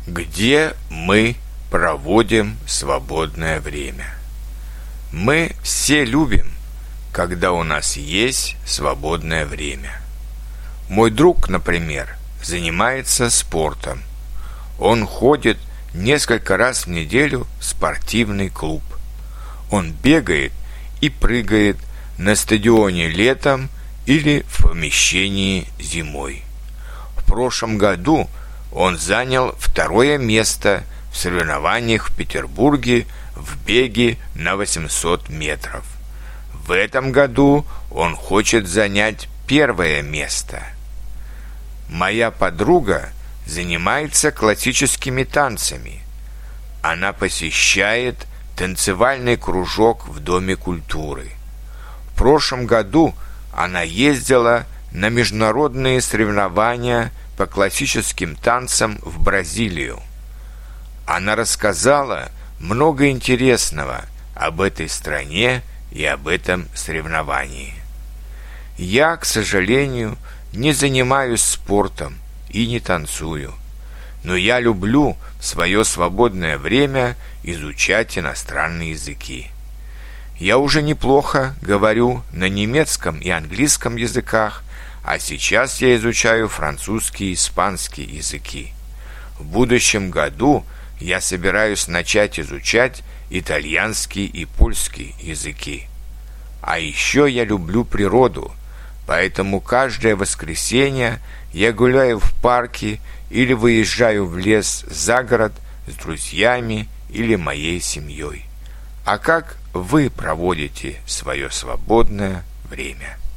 Где мы проводим свободное время? Мы все любим, когда у нас есть свободное время. Мой друг, например, занимается спортом. Он ходит несколько раз в неделю в спортивный клуб. Он бегает и прыгает на стадионе летом или в помещении зимой. В прошлом году он занял 2 место в соревнованиях в Петербурге в беге на 800 метров. В этом году он хочет занять 1 место. Моя подруга занимается классическими танцами. Она посещает танцевальный кружок в Доме культуры. В прошлом году она ездила на международные соревнования по классическим танцам в Бразилию. Она рассказала много интересного об этой стране и об этом соревновании. Я, к сожалению, не занимаюсь спортом и не танцую, но я люблю в свое свободное время изучать иностранные языки. Я уже неплохо говорю на немецком и английском языках, а сейчас я изучаю французский и испанский языки. В будущем году я собираюсь начать изучать итальянский и польский языки. А еще я люблю природу, поэтому каждое воскресенье я гуляю в парке или выезжаю в лес за город с друзьями или моей семьей. А как вы проводите свое свободное время?